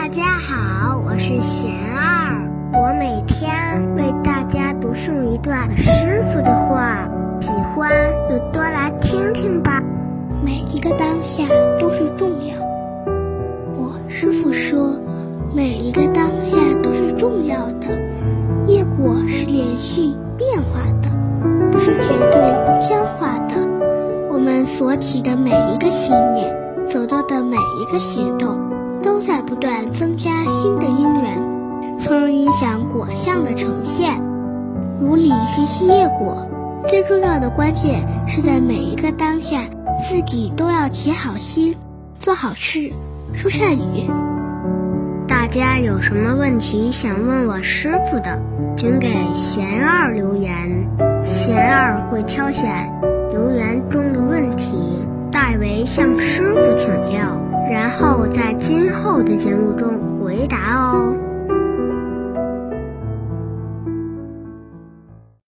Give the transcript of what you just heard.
大家好，我是贤儿，我每天为大家读诵一段师傅的话，喜欢就多来听听吧。 每一个当下都是重要。师父说，每一个当下都是重要的，业果是连续变化的，不是绝对僵化的。我们所起的每一个心念，所做的每一个行动，都在不断增加新的因缘，从而影响果相的呈现。如理学习业果，最重要的关键是在每一个当下，自己都要起好心，做好事，说善语。 大家有什么问题想问我师傅的，请给贤儿留言，贤儿会挑选留言中的问题，代为向师傅请教，然后在今后的节目中回答哦。